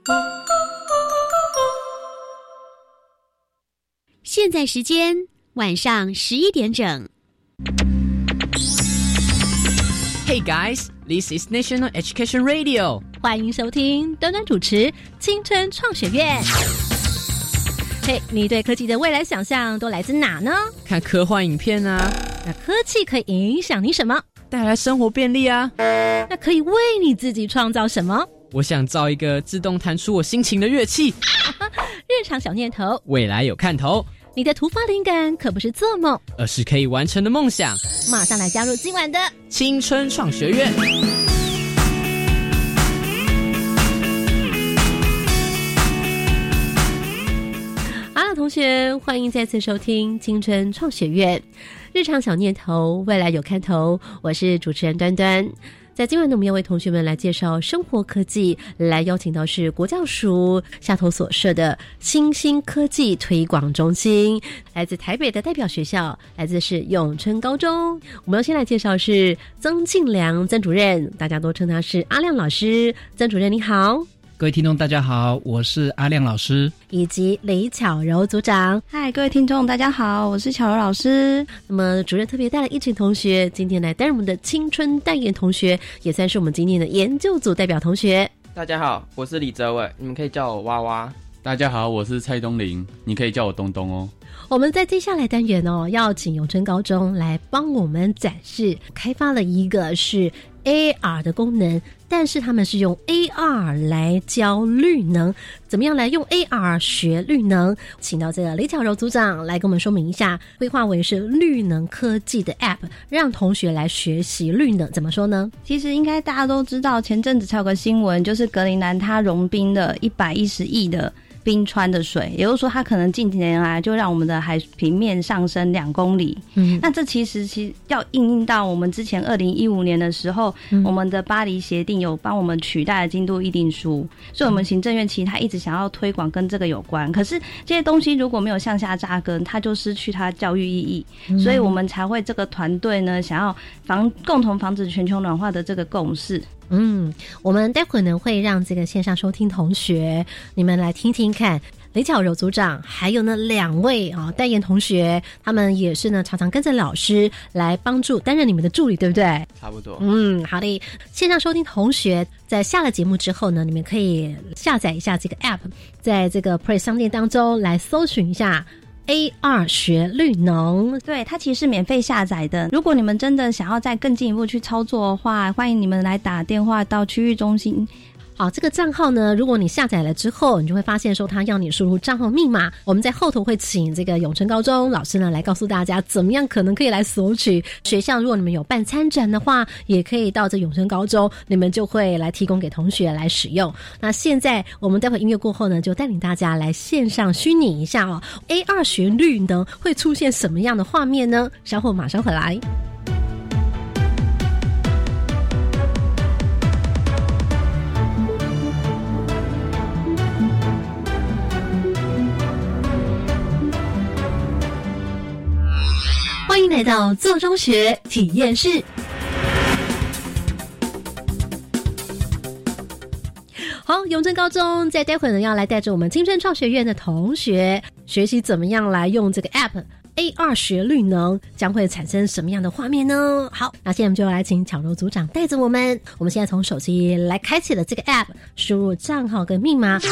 现在时间晚上11点整。 Hey guys, this is National Education Radio. 欢迎收听端端主持青春创学院。嘿，你对科技的未来想象都来自哪呢？ 看科幻影片啊。 那科技可以影响你什么？ 带来生活便利啊。 那可以为你自己创造什么？ 我想造一个自动弹出我心情的乐器。 日常小念头， 未来有看头。 你的突发灵感可不是做梦， 而是可以完成的梦想。 马上来加入今晚的青春创学院。 好了，同学，欢迎再次收听青春创学院，日常小念头，未来有看头。我是主持人端端。在今晚呢，我们要为同学们来介绍生活科技，来邀请到是国教署下头所设的新兴科技推广中心，来自台北的代表学校，来自是永春高中。我们要先来介绍是曾庆良曾主任，大家都称他是阿亮老师。曾主任你好。 各位听众大家好，我是阿亮老师， 以及李巧柔组长。 嗨，各位听众大家好，我是巧柔老师。 那么主任特别带了一群同学，今天来担任我们的青春代言同学，也算是我们今天的研究组代表同学。 大家好，我是李哲伟，你们可以叫我娃娃。 大家好，我是蔡东林，你可以叫我东东哦。 我们在接下来单元要请永春高中来帮我们展示开发了一个是 AR 的功能，但是他们是用 AR 来教绿能，怎么样来用 AR 学绿能？请到这个李巧柔组长来跟我们说明一下，规划为是绿能科技的 App， 让同学来学习绿能，怎么说呢？ 其实应该大家都知道，前阵子才有个新闻，就是格陵兰它融冰了110亿的冰川的水，也就是说它可能近几年来就让我们的海平面上升2公里。那这其实要应用到我们之前2015年的时候，我们的巴黎协定有帮我们取代了京都议定书，所以我们行政院其实它一直想要推广跟这个有关，可是这些东西如果没有向下扎根，它就失去它教育意义，所以我们才会这个团队呢想要共同防止全球暖化的这个共识。 我们待会呢会让这个线上收听同学你们来听听看李巧柔组长还有呢2位代言同学，他们也是呢常常跟着老师来帮助担任你们的助理，对不对？ 差不多。 好的。线上收听同学在下了节目之后呢，你们可以下载一下这个 App， 在这个 Play 商店当中来搜寻一下AR 学绿能。 对，它其实是免费下载的，如果你们真的想要再更进一步去操作的话，欢迎你们来打电话到区域中心。 好，这个账号呢，如果你下载了之后，你就会发现说他要你输入账号密码，我们在后头会请这个永春高中老师呢来告诉大家怎么样可能可以来索取。学校如果你们有办参展的话，也可以到这永春高中，你们就会来提供给同学来使用。那现在我们待会音乐过后呢，就带领大家来线上虚拟一下AR 学绿能会出现什么样的画面呢？稍后马上回来。欢迎来到做中学体验室。好，永春高中在待会呢要来带着我们青春创学院的同学学习怎么样来用这个 App AR 学绿能，将会产生什么样的画面呢？好，那现在我们就来请巧柔组长带着我们现在从手机来开启了这个 App， 输入账号跟密码。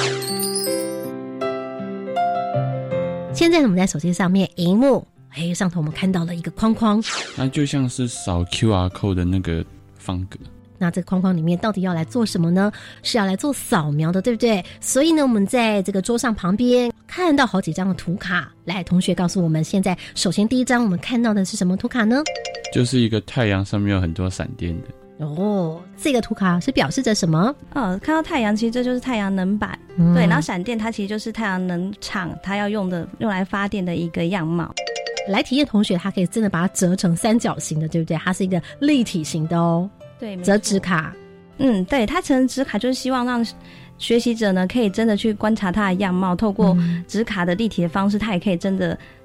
现在我们在手机上面萤幕上头我们看到了一个框框， 那就像是扫 QR code 的那个方格。 那这个框框里面到底要来做什么呢？是要来做扫描的，对不对？所以呢，我们在这个桌上旁边看到好几张的图卡。来，同学告诉我们，现在首先第一张我们看到的是什么图卡呢？ 就是一个太阳上面有很多闪电的。 这个图卡是表示着什么？ 看到太阳，其实这就是太阳能板。对，然后闪电它其实就是太阳能厂它要用来发电的一个样貌。 来体验同学他可以真的把它折成三角形的，对不对？它是一个立体型的对， 折纸卡。 对，它成纸卡就是希望让学习者呢可以真的去观察它的样貌，透过纸卡的立体的方式，它也可以真的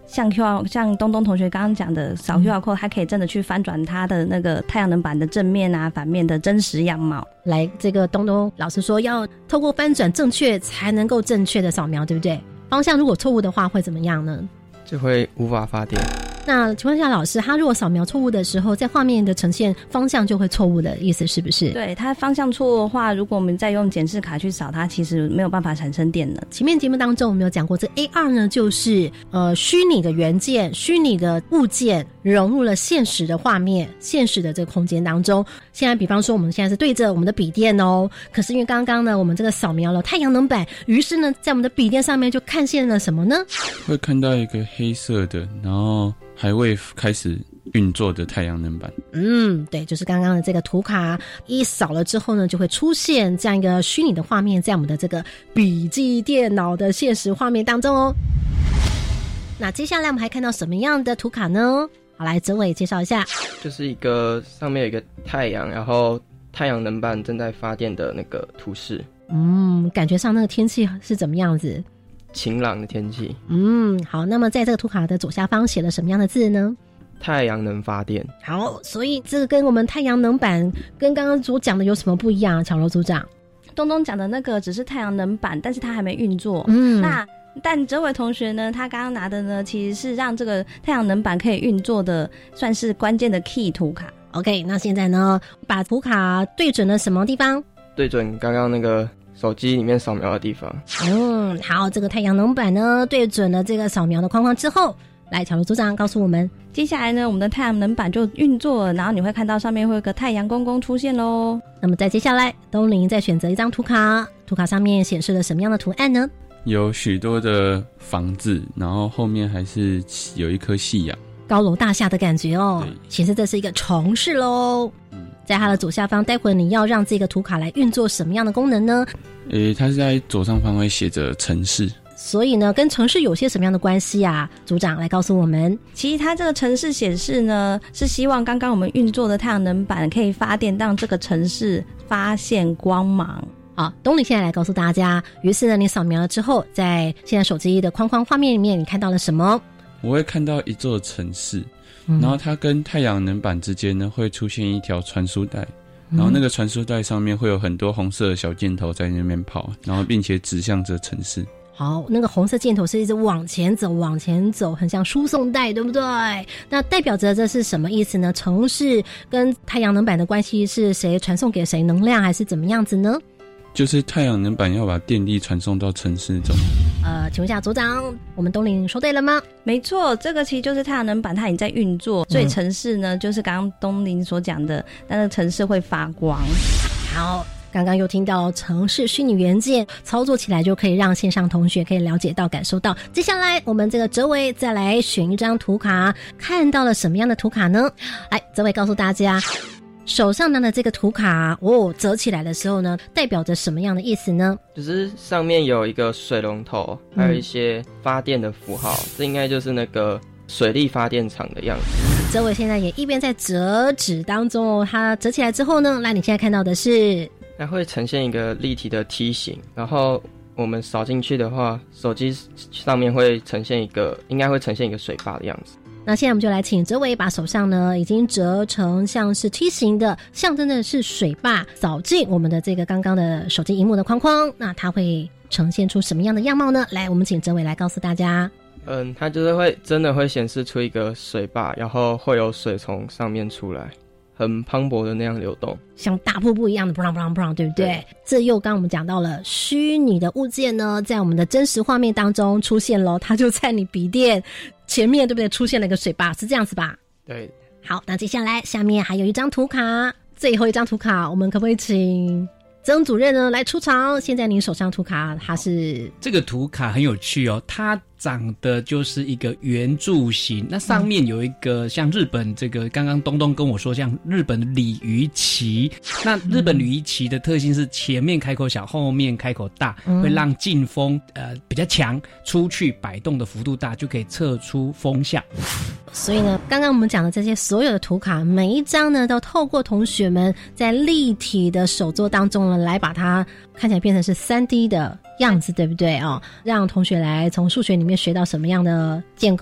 像东东同学刚刚讲的扫 QR code，它可以真的去翻转它的那个太阳能板的正面啊、反面的真实样貌。 来，这个东东老师说要透过翻转正确才能够正确的扫描，对不对？方向如果错误的话会怎么样呢？ 就会无法发电。 那请问一下老师，他如果扫描错误的时候，在画面的呈现方向就会错误的意思是不是？ 对，它方向错误的话，如果我们再用检视卡去扫它，其实没有办法产生电能。 前面节目当中我们有讲过，这 AR 呢就是虚拟的元件、虚拟的物件融入了现实的画面、现实的这个空间当中。现在比方说我们现在是对着我们的笔电哦，可是因为刚刚呢我们这个扫描了太阳能板，于是呢在我们的笔电上面就看见了什么呢？ 会看到一个黑色的，然后还未开始运作的太阳能板。 对，就是刚刚的这个图卡一扫了之后呢，就会出现这样一个虚拟的画面在我们的这个笔记电脑的现实画面当中哦。那接下来我们还看到什么样的图卡呢？好，来哲伟介绍一下。 就是一个上面有一个太阳，然后太阳能板正在发电的那个图示。 感觉上那个天气是怎么样子？ 晴朗的天气。 好，那么在这个图卡的左下方写了什么样的字呢？ 太阳能发电。 好，所以这个跟我们太阳能板跟刚刚所讲的有什么不一样？巧柔组长。 东东讲的那个只是太阳能板，但是它还没运作。但哲伟同学呢，他刚刚拿的呢，其实是让这个太阳能板可以运作的，算是关键的 key 图卡。 OK， 那现在呢，把图卡对准了什么地方？ 对准刚刚那个手机里面扫描的地方。 好，这个太阳能板呢对准了这个扫描的框框之后，来巧柔组长告诉我们， 接下来呢我们的太阳能板就运作了，然后你会看到上面会有个太阳公公出现咯。 那么再接下来东林再选择一张图卡，图卡上面显示了什么样的图案呢？ 有许多的房子，然后后面还是有一颗夕阳， 高楼大厦的感觉哦。其实这是一个城市咯。在它的左下方，待会你要让这个图卡来运作什么样的功能呢？ 它是在左上方会写着城市， 所以呢跟城市有些什么样的关系啊？组长来告诉我们。 其实它这个城市显示呢，是希望刚刚我们运作的太阳能板可以发电，让这个城市发现光芒。 好，东林现在来告诉大家，于是呢你扫描了之后，在现在手机的框框画面里面你看到了什么？ 我会看到一座城市，然后它跟太阳能板之间呢会出现一条传输带，然后那个传输带上面会有很多红色的小箭头在那边跑，然后并且指向着城市。 好，那个红色箭头是一直往前走往前走，很像输送带，对不对？那代表着这是什么意思呢？城市跟太阳能板的关系是谁传送给谁能量，还是怎么样子呢？ 就是太阳能板要把电力传送到城市中。 请问一下组长，我们东林说对了吗？ 没错，这个其实就是太阳能板它已经在运作，所以城市呢就是刚刚东林所讲的，那个城市会发光。 好，刚刚又听到城市虚拟元件操作起来就可以让线上同学可以了解到感受到。接下来我们这个哲伟再来选一张图卡，看到了什么样的图卡呢？来，哲伟告诉大家，手上拿的这个图卡折起来的时候呢，代表着什么样的意思呢？ 就是上面有一个水龙头，还有一些发电的符号，这应该就是那个水力发电厂的样子。 哲伟现在也一边在折纸当中哦，它折起来之后呢，来，你现在看到的是， 它会呈现一个立体的梯形，然后我们扫进去的话，手机上面会呈现一个，应该会呈现一个水坝的样子。 那现在我们就来请哲伟把手上呢已经折成像是梯形的，象征的是水坝，扫进我们的这个刚刚的手机萤幕的框框，那它会呈现出什么样的样貌呢？来，我们请哲伟来告诉大家。 它就是真的会显示出一个水坝，然后会有水从上面出来，很磅礴的那样流动， 像大瀑布一样的砰砰砰，对不对？这又刚我们讲到了虚拟的物件呢，在我们的真实画面当中出现咯，它就在你笔电前面，对不对？出现了一个水坝，是这样子吧？ 对。 好，那接下来下面还有一张图卡，最后一张图卡，我们可不可以请曾主任呢来出场？现在您手上图卡，它是这个图卡很有趣哦，它长得就是一个圆柱形，那上面有一个像日本这个，刚刚东东跟我说像日本的鲤鱼旗，那日本鲤鱼旗的特性是前面开口小，后面开口大，会让进风比较强，出去摆动的幅度大，就可以测出风向。 所以呢，刚刚我们讲的这些所有的图卡，每一张呢都透过同学们在立体的手作当中呢，来把它看起来变成是 3D 的样子，对不对哦？让同学来从数学里面学到什么样的建构？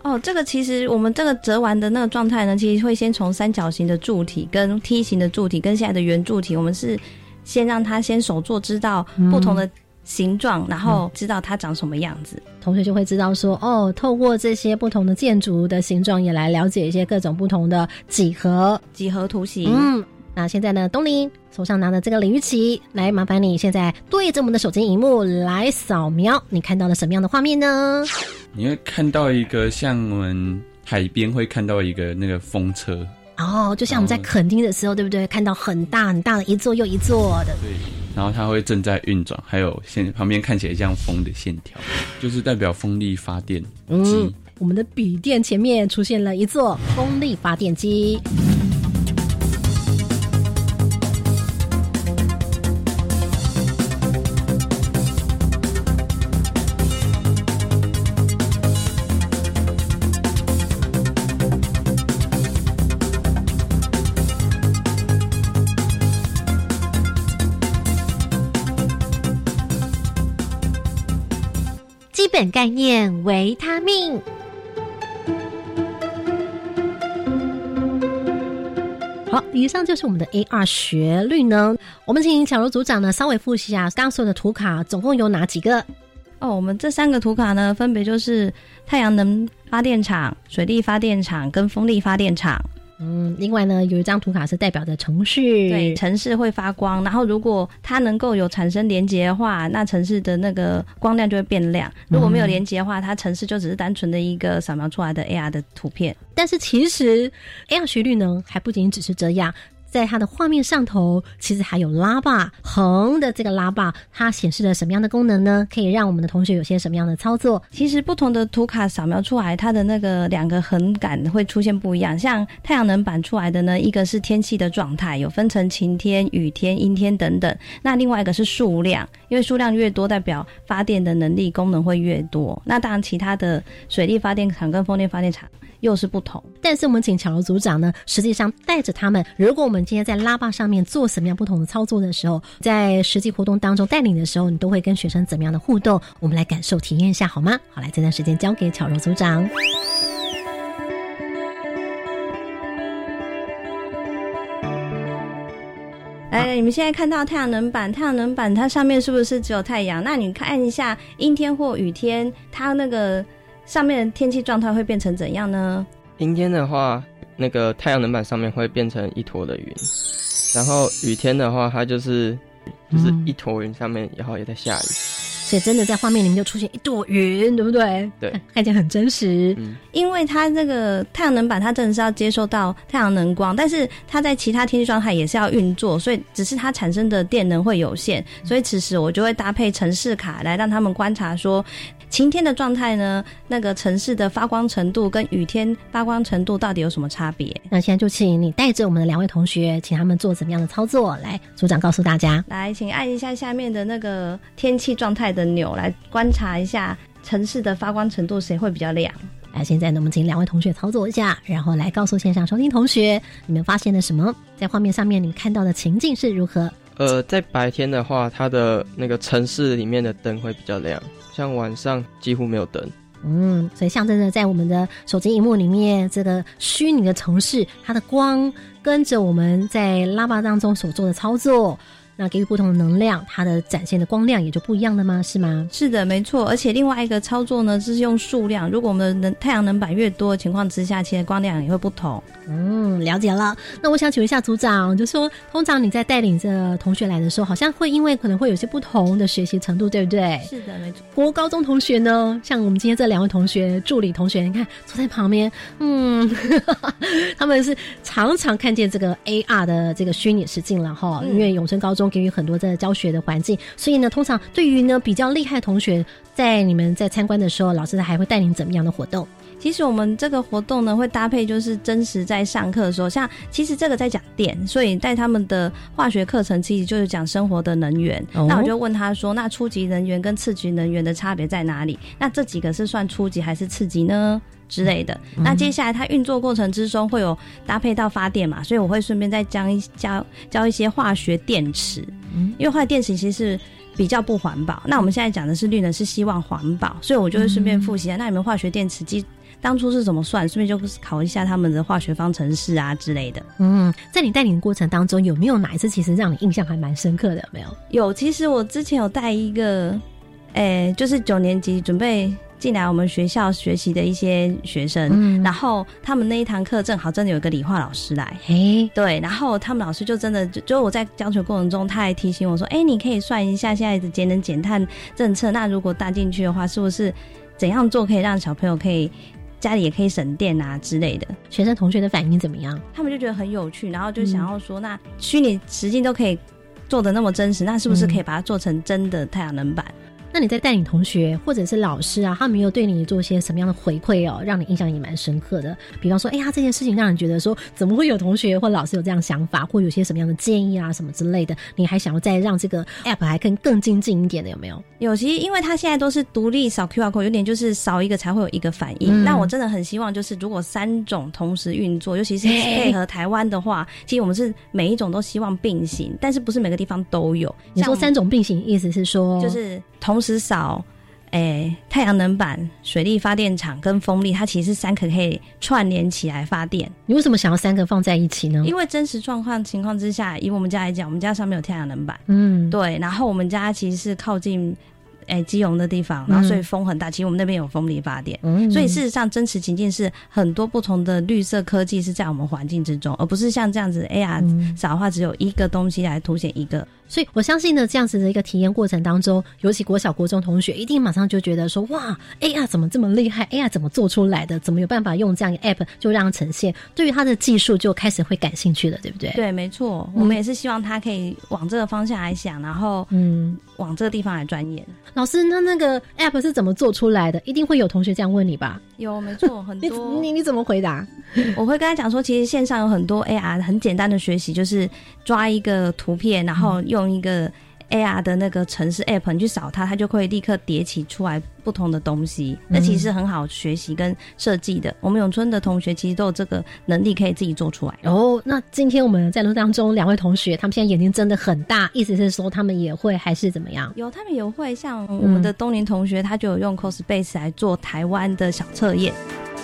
这个其实我们这个折完的那个状态呢，其实会先从三角形的柱体跟梯形的柱体跟现在的圆柱体，我们是先让他先手做知道不同的形状，然后知道它长什么样子。 同学就会知道说，透过这些不同的建筑的形状，也来了解一些各种不同的几何图形。那现在呢，东林手上拿的这个鲤鱼旗，来麻烦你现在对着我们的手机萤幕来扫描，你看到了什么样的画面呢？ 你会看到一个像我们海边会看到一个那个风车就像我们在垦丁的时候，对不对？看到很大很大的一座又一座的， 对，然后它会正在运转，还有旁边看起来像风的线条，就是代表风力发电机。 我们的笔电前面出现了一座风力发电机。 基本概念维他命。 好，以上就是我们的 AR 学律呢。我们请巧柔组长呢稍微复习一下刚刚所有的图卡总共有哪几个？ 我们这3个图卡呢，分别就是太阳能发电厂、水力发电厂跟风力发电厂。 另外呢，有一张图卡是代表的城市， 对，城市会发光，然后如果它能够有产生连结的话，那城市的那个光亮就会变亮。如果没有连结的话，它城市就只是单纯的一个扫描出来的 AR 的图片。 但是其实 AR 学律呢，还不仅仅只是这样。在它的画面上头其实还有拉霸，横的这个拉霸它显示了什么样的功能呢？可以让我们的同学有些什么样的操作？ 其实不同的图卡扫描出来，它的那个2个横杆会出现不一样。像太阳能板出来的呢，一个是天气的状态，有分成晴天、雨天、阴天等等，那另外一个是数量，因为数量越多代表发电的能力功能会越多。那当然其他的水力发电厂跟风力发电厂又是不同。 但是我们请巧柔组长呢，实际上带着他们，如果我们今天在拉霸上面做什么样不同的操作的时候，在实际活动当中带领的时候，你都会跟学生怎么样的互动？我们来感受体验一下好吗？好，来这段时间交给巧柔组长。 来，你们现在看到太阳能板它上面是不是只有太阳？那你看一下阴天或雨天，它那个上面的天气状态会变成怎样呢？ 阴天的话，那个太阳能板上面会变成一坨的云，然后雨天的话，它就是一坨云上面然后也在下雨。 所以真的在画面里面就出现一朵云，对不对？ 对， 看起来很真实。 因为它这个太阳能板它真的是要接受到太阳能光，但是它在其他天气状态也是要运作，所以只是它产生的电能会有限。所以此时我就会搭配程式卡来让他们观察说，晴天的状态呢，那个城市的发光程度跟雨天发光程度到底有什么差别？ 那现在就请你带着我们的2位同学，请他们做怎么样的操作？来，组长告诉大家。 来，请按一下下面的那个天气状态的钮，来观察一下城市的发光程度谁会比较亮。 现在呢，我们请2位同学操作一下，然后来告诉线上收听同学，你们发现了什么？在画面上面你们看到的情境是如何？ 在白天的话，它的那个城市里面的灯会比较亮，像晚上几乎没有灯。 所以象征着在我们的手机萤幕里面，这个虚拟的城市，它的光跟着我们在拉霸当中所做的操作，那给予不同的能量，它的展现的光亮也就不一样了吗？是吗？ 是的，没错。而且另外一个操作呢，是用数量，如果我们的太阳能板越多的情况之下，其实光亮也会不同。 了解了。那我想请问一下组长，就说通常你在带领这同学来的时候，好像会因为可能会有些不同的学习程度，对不对？ 是的，没错。 国高中同学呢，像我们今天这2位同学，助理同学，你看坐在旁边，他们是常常看见这个 AR 的这个虚拟实境了哈，因为永春高中给予很多的教学的环境，所以呢，通常对于呢比较厉害的同学，在你们在参观的时候，老师还会带领怎么样的活动？ 其实我们这个活动呢，会搭配就是真实在上课的时候，像其实这个在讲电，所以在他们的化学课程其实就是讲生活的能源。那我就问他说，那初级能源跟次级能源的差别在哪里？那这几个是算初级还是次级呢？之类的。那接下来它运作过程之中会有搭配到发电嘛，所以我会顺便再教一些化学电池，因为化学电池其实是比较不环保。那我们现在讲的是绿能，是希望环保，所以我就会顺便复习那你们化学电池当初是怎么算，顺便就考一下他们的化学方程式啊之类的。 在你带领的过程当中，有没有哪一次其实让你印象还蛮深刻的？有没有？ 有，其实我之前有带一个，就是9年级准备进来我们学校学习的一些学生，然后他们那一堂课正好真的有一个理化老师来，对，然后他们老师就真的就我在教学过程中，他还提醒我说，你可以算一下现在的节能减碳政策，那如果搭进去的话，是不是怎样做可以让小朋友可以家里也可以省电啊之类的。 学生同学的反应怎么样？ 他们就觉得很有趣，然后就想要说，那虚拟实境都可以做得那么真实，那是不是可以把它做成真的太阳能板？ 那你在带领同学或者是老师啊，他们有对你做些什么样的回馈哦，让你印象也蛮深刻的？比方说，他这件事情让人觉得说，怎么会有同学或老师有这样想法，或有些什么样的建议啊，什么之类的？你还想要再让这个 app 还更精进一点的，有没有？ 有，其实因为它现在都是独立扫 QR code， 有点就是扫一个才会有一个反应。那我真的很希望，就是如果3种同时运作，尤其是配合台湾的话，其实我们是每一种都希望并行，但是不是每个地方都有。 你说3种并行，意思是说就是同时扫。太阳能板、水力发电厂跟风力，它其实是3个可以串联起来发电。 你为什么想要3个放在一起呢？ 因为真实情况之下，以我们家来讲，我们家上面有太阳能板，对，然后我们家其实是靠近基隆的地方，然后所以风很大，其实我们那边有风力发电，所以事实上真实情境是很多不同的绿色科技是在我们环境之中，而不是像这样子 AR 扫的话只有一个东西来凸显一个。 所以我相信呢，这样子的一个体验过程当中，尤其国小国中同学一定马上就觉得说，哇 AR 怎么这么厉害， AR 怎么做出来的，怎么有办法用这样一个 app 就让它呈现，对于它的技术就开始会感兴趣了，对不对？ 对，没错，我们也是希望他可以往这个方向来想，然后往这个地方来钻研。 老师，那个 app 是怎么做出来的？一定会有同学这样问你吧？ 有，没错，很多。 你怎么回答？ 我会跟他讲说，其实线上有很多 AR 很简单的学习，就是抓一个图片，然后用一个 AR 的那个程式 app 你去扫它，它就会立刻叠起出来不同的东西，那其实是很好学习跟设计的。我们永春的同学其实都有这个能力可以自己做出来。 那今天我们在录当中2位同学，他们现在眼睛真的很大，意思是说他们也会还是怎么样？ 有，他们也会，像我们的东林同学，他就有用 Cospace 来做台湾的小测验。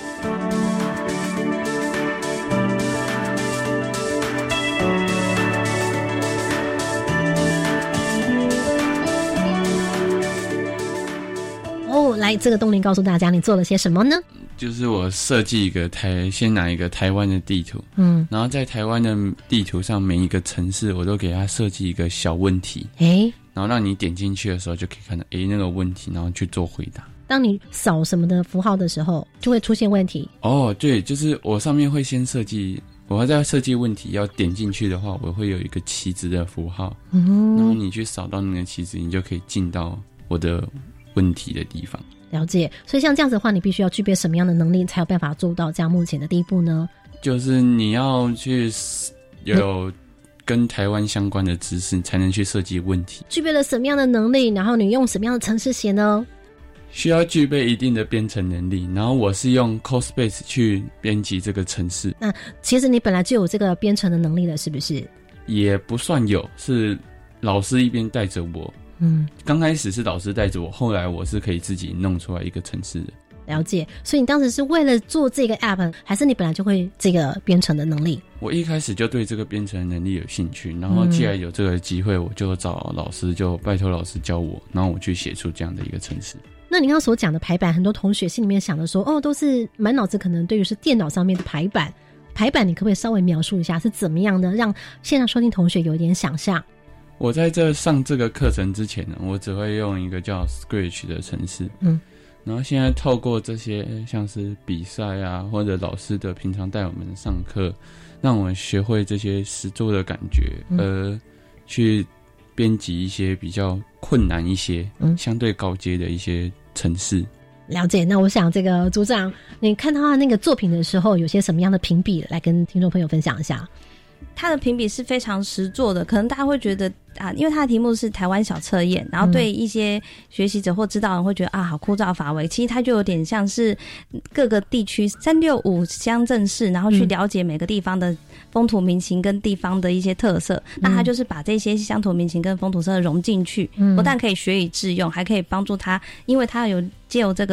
来，这个东林告诉大家你做了些什么呢？ 就是我设计一个先拿一个台湾的地图，然后在台湾的地图上每一个城市我都给它设计一个小问题，然后让你点进去的时候就可以看到那个问题，然后去做回答。 当你扫什么的符号的时候就会出现问题。 对，就是我上面会先设计，我在设计问题要点进去的话，我会有一个旗子的符号，然后你去扫到那个旗子，你就可以进到我的问题的地方。 了解。所以像这样子的话，你必须要具备什么样的能力才有办法做到这样目前的地步呢？ 就是你要去有跟台湾相关的知识，才能去设计问题。 具备了什么样的能力，然后你用什么样的程式写呢？ 需要具备一定的编程能力，然后我是用 Cospace 去编辑这个程式。 那其实你本来就有这个编程的能力了，是不是？ 也不算有，是老师一边带着我。刚开始是老师带着我，后来我是可以自己弄出来一个程式的。 了解。所以你当时是为了做这个 app， 还是你本来就会这个编程的能力？我一开始就对这个编程能力有兴趣，然后既然有这个机会，我就找老师，就拜托老师教我，然后我去写出这样的一个程式。 那你刚刚所讲的排版，很多同学心里面想的说，都是满脑子可能对于是电脑上面的排版，你可不可以稍微描述一下是怎么样的，让线上收听同学有一点想象？ 我在上这个课程之前呢，我只会用一个叫 Scratch 的程式，然后现在透过这些像是比赛啊，或者老师的平常带我们上课，让我们学会这些实作的感觉，去编辑一些比较困难一些、相对高阶的一些程式。 了解。那我想这个组长，你看到他那个作品的时候，有些什么样的评比来跟听众朋友分享一下？ 他的评比是非常实作的，可能大家会觉得因为他的题目是台湾小测验，然后对一些学习者或指导人会觉得好枯燥乏味，其实他就有点像是各个地区365乡镇市，然后去了解每个地方的风土民情跟地方的一些特色，那他就是把这些乡土民情跟风土特色融进去，不但可以学以致用，还可以帮助他，因为他有借由这个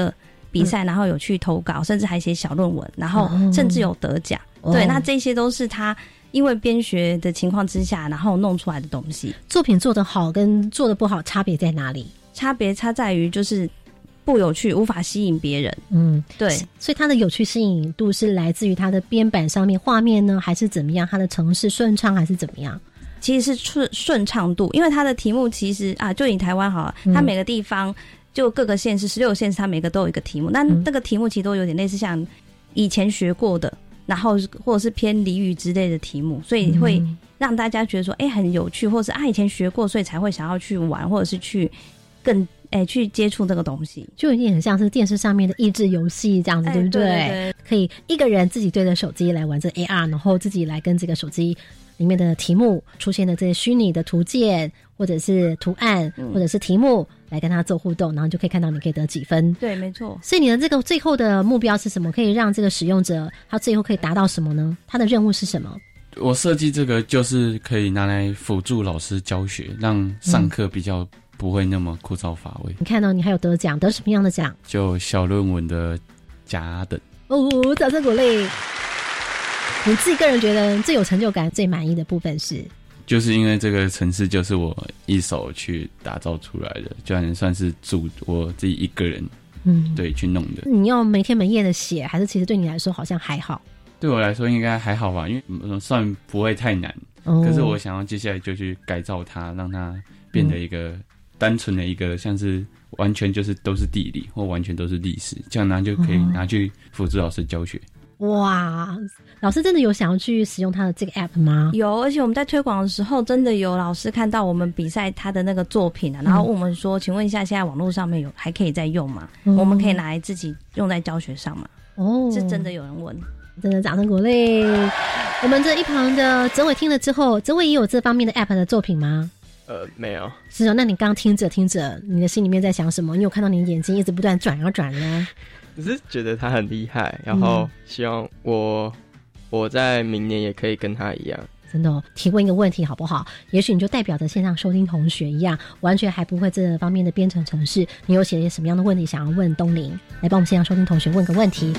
比赛，然后有去投稿，甚至还写小论文，然后甚至有得奖。对，那这些都是他因为边学的情况之下，然后弄出来的东西。 作品做得好跟做得不好差别在哪里？ 差在于就是不有趣，无法吸引别人。对， 所以它的有趣吸引度是来自于它的编版上面画面呢，还是怎么样？它的程式顺畅还是怎么样？ 其实是顺畅度，因为它的题目其实就以台湾好了，它每个地方就各个县市16个县市，它每个都有一个题目。那那个题目其实都有点类似像以前学过的，然后或者是偏俚语之类的题目，所以会让大家觉得说很有趣，或者是以前学过，所以才会想要去玩，或者是去更去接触这个东西， 就有点很像是电视上面的益智游戏这样子，对不对？ 对， 可以一个人自己对着手机来玩这 AR， 然后自己来跟这个手机里面的题目出现的这些虚拟的图鉴或者是图案或者是题目来跟他做互动，然后就可以看到你可以得几分。 对，没错。 所以你的这个最后的目标是什么？可以让这个使用者他最后可以达到什么呢？他的任务是什么？ 我设计这个就是可以拿来辅助老师教学，让上课比较不会那么枯燥乏味。 你看到你还有得奖，得什么样的奖？ 就小论文的甲等。 掌声鼓励。你自己个人觉得最有成就感、最满意的部分是？ 就是因为这个程式就是我一手去打造出来的，就算是我自己一个人对去弄的。 你要每天每夜的写，还是其实对你来说好像还好？ 对我来说应该还好吧，因为算不会太难。可是我想要接下来就去改造它，让它变得一个单纯的一个像是完全就是都是地理或完全都是历史，这样呢就可以拿去辅助老师教学。 哇，老师真的有想要去使用他的这个 app 吗？ 有，而且我们在推广的时候，真的有老师看到我们比赛他的那个作品然后问我们说：“请问一下，现在网络上面还可以再用吗？我们可以拿来自己用在教学上吗？”是真的有人问， 真的掌声鼓励。我们这一旁的哲伟听了之后，哲伟也有这方面的 app 的作品吗？ 没有。 是哦，那你刚刚听着，你的心里面在想什么？你有看到你眼睛一直不断转呢？ 只是觉得他很厉害，然后希望我在明年也可以跟他一样。 真的提问一个问题好不好？也许你就代表着线上收听同学一样，完全还不会这方面的编程程式，你有写什么样的问题想要问东林？来帮我们线上收听同学问个问题。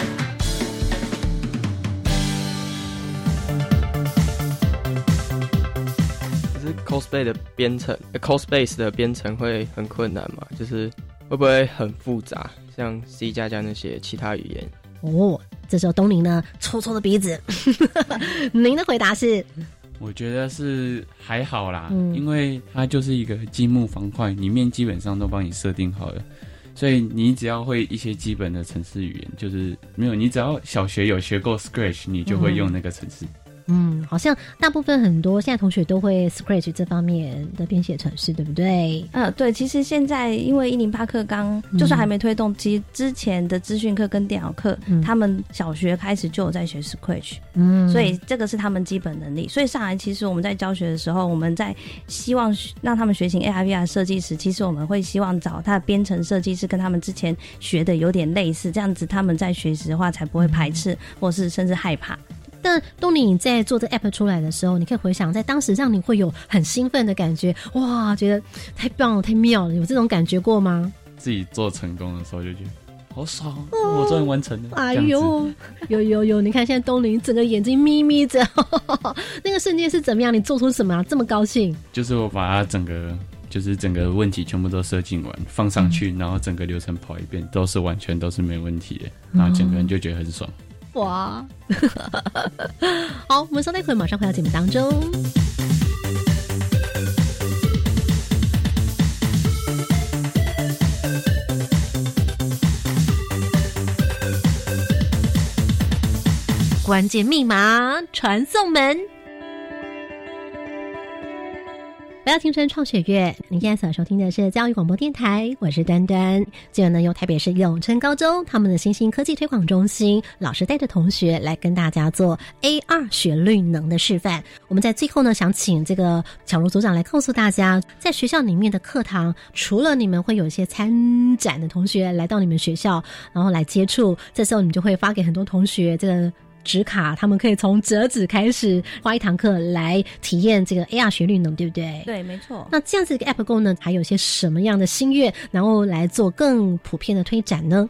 就是 Cosplay 的编程 ，Cosbase 的编程会很困难嘛？就是会不会很复杂？像 C++ 那些其他语言。 这时候东林呢抽抽的鼻子您的回答是？ 我觉得是还好啦，因为它就是一个积木方块，里面基本上都帮你设定好了，所以你只要会一些基本的程式语言，就是没有，你只要小学有学过 Scratch， 你就会用那个程式。 好像大部分很多现在同学都会 Scratch 这方面的编写程式，对不对？ 对，其实现在因为108课纲就算还没推动，其实之前的资讯课跟电脑课，他们小学开始就有在学 Scratch，所以这个是他们基本能力。所以上来其实我们在教学的时候，我们在希望让他们学习 AR/VR 设计时，其实我们会希望找他的编程设计是跟他们之前学的有点类似，这样子他们在学习的话才不会排斥，或是甚至害怕。 但东林你在做这 app 出来的时候，你可以回想在当时让你会有很兴奋的感觉，哇，觉得太棒了太妙了，有这种感觉过吗？ 自己做成功的时候就觉得好爽，我终于完成了。 哎呦，有你看现在东林整个眼睛眯眯着那个瞬间是怎么样？你做出什么啊？这么高兴？ 就是我把它整个问题全部都设计完放上去，然后整个流程跑一遍，完全都是没问题的，然后整个人就觉得很爽。 哇好，我们稍待一会儿马上回到节目当中。关键密码传送门，来到青春创学院，您现在所收听的是教育广播电台，我是端端。今日呢，由台北市永春高中他们的新兴科技推广中心老师带着同学来跟大家做 AR 学绿能的示范。我们在最后呢，想请这个巧如组长来告诉大家，在学校里面的课堂，除了你们会有一些参展的同学来到你们学校，然后来接触，这时候你们就会发给很多同学这个纸卡，他们可以从折纸开始花一堂课来体验这个 AR 学绿能，对不对？ 对，没错。 那这样子一个 App Go 呢，还有些什么样的心愿，然后来做更普遍的推展呢？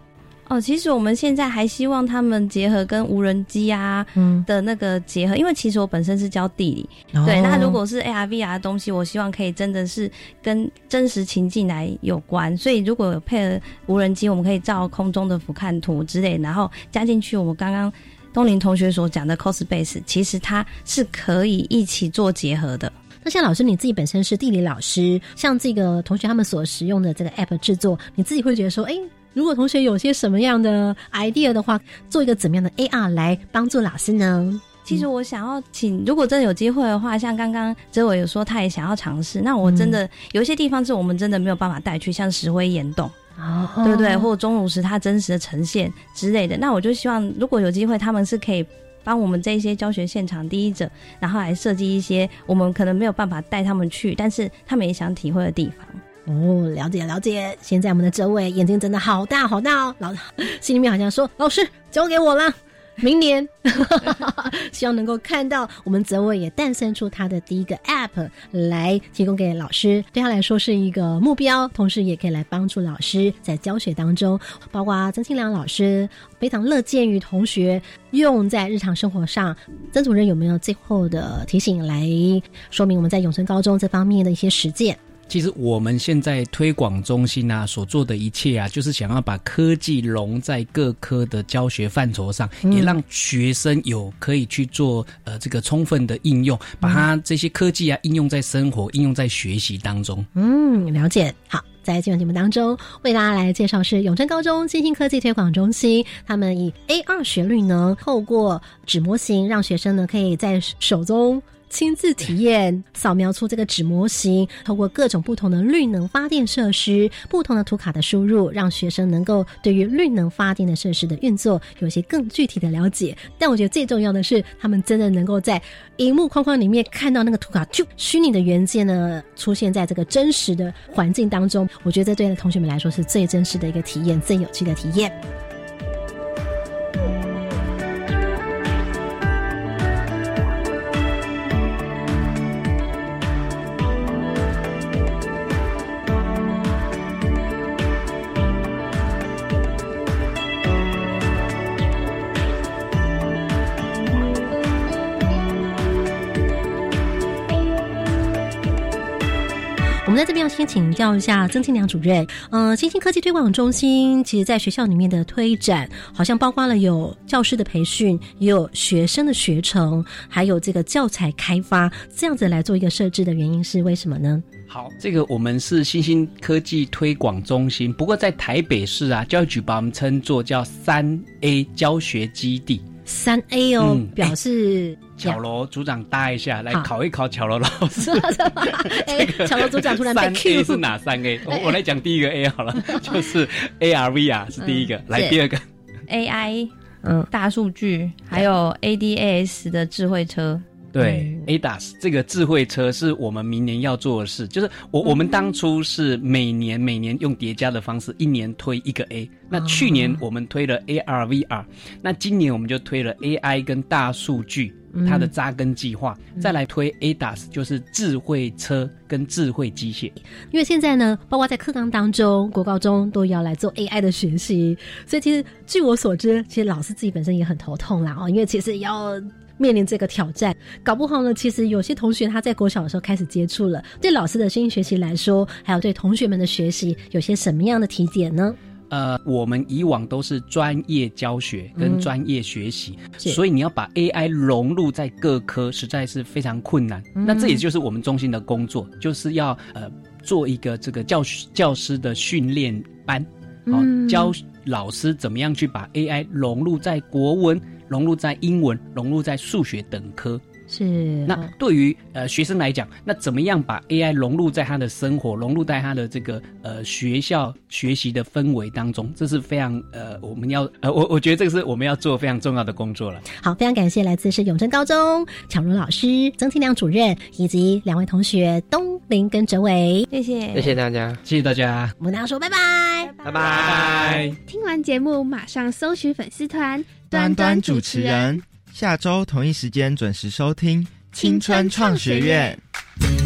其实我们现在还希望他们结合跟无人机啊的那个结合，因为其实我本身是教地理，对，那如果是 AR、VR 的东西，我希望可以真的是跟真实情境来有关，所以如果有配合无人机，我们可以照空中的俯瞰图之类，然后加进去我们刚刚东林同学所讲的 Cospace， 其实它是可以一起做结合的。 那像老师你自己本身是地理老师，像这个同学他们所使用的这个 app 制作，你自己会觉得说如果同学有些什么样的 idea 的话，做一个怎么样的 AR 来帮助老师呢？ 其实我想要请，如果真的有机会的话，像刚刚哲伟有说他也想要尝试，那我真的有一些地方是我们真的没有办法带去，像石灰岩洞对不对，或者钟乳石它真实的呈现之类的，那我就希望如果有机会他们是可以帮我们这些教学现场第一者，然后来设计一些我们可能没有办法带他们去，但是他们也想体会的地方。 了解了解。现在我们的哲伟眼睛真的好大好大心里面好像说老师交给我啦，明年希望能够看到我们哲伟也诞生出他的第一个 app 来提供给老师，对他来说是一个目标，同时也可以来帮助老师在教学当中，包括曾庆良老师非常乐见于同学用在日常生活上。曾主任有没有最后的提醒来说明我们在永诚高中这方面的一些实践？ 其实我们现在推广中心啊所做的一切啊，就是想要把科技融在各科的教学范畴上，也让学生有可以去做这个充分的应用，把它这些科技啊应用在生活，应用在学习当中。 了解。好，在今晚节目当中为大家来介绍是永诚高中新兴科技推广中心，他们以 AR 学率呢，透过纸模型让学生呢可以在手中亲自体验，扫描出这个纸模型，透过各种不同的绿能发电设施，不同的图卡的输入，让学生能够对于绿能发电的设施的运作有一些更具体的了解。但我觉得最重要的是他们真的能够在萤幕框框里面看到那个图卡，就虚拟的元件呢出现在这个真实的环境当中，我觉得这对同学们来说是最真实的一个体验，最有趣的体验。我们在这边要先请教一下曾庆良主任，新兴科技推广中心其实在学校里面的推展，好像包括了有教师的培训，也有学生的学程，还有这个教材开发，这样子来做一个设置的原因是为什么呢？ 好，这个我们是新兴科技推广中心，不过在台北市啊，教育局把我们称作叫3A 教学基地。 3A 哦，表示巧罗组长搭一下，来考一考巧罗老师。 巧罗组长突然被 Q。 3A 是哪3A？ 我来讲第一个 A 好了，就是 AR/VR 是第一个，来第二个 AI， 大数据，还有 ADAS 的智慧车。 对，ADAS 这个智慧车是我们明年要做的事，就是我们当初是每年用叠加的方式，一年推一个 A。那去年我们推了 AR/VR， 那今年我们就推了 AI 跟大数据它的扎根计划，再来推 ADAS， 就是智慧车跟智慧机械。 因为现在呢，包括在课纲当中，国高中都要来做 AI 的学习，所以其实据我所知，其实老师自己本身也很头痛啦因为其实要面临这个挑战，搞不好呢，其实有些同学他在国小的时候开始接触了，对老师的新学习来说，还有对同学们的学习，有些什么样的提点呢？ 我们以往都是专业教学跟专业学习，所以你要把 AI 融入在各科，实在是非常困难。那这也就是我们中心的工作，就是要做一个这个教师的训练班，教老师怎么样去把 AI 融入在国文、融入在英文、融入在数学等科。 是， 那对于学生来讲，那怎么样把 AI 融入在他的生活，融入在他的这个学校学习的氛围当中，这是非常我们要我觉得这个是我们要做非常重要的工作了。 好，非常感谢来自是永诚高中巧如老师、曾庆良主任以及两位同学东林跟哲伟， 谢谢大家， 谢谢大家， 我们大家说拜拜， 拜拜。 听完节目马上搜寻粉丝团端端主持人，下周同一时间准时收听青春创学院。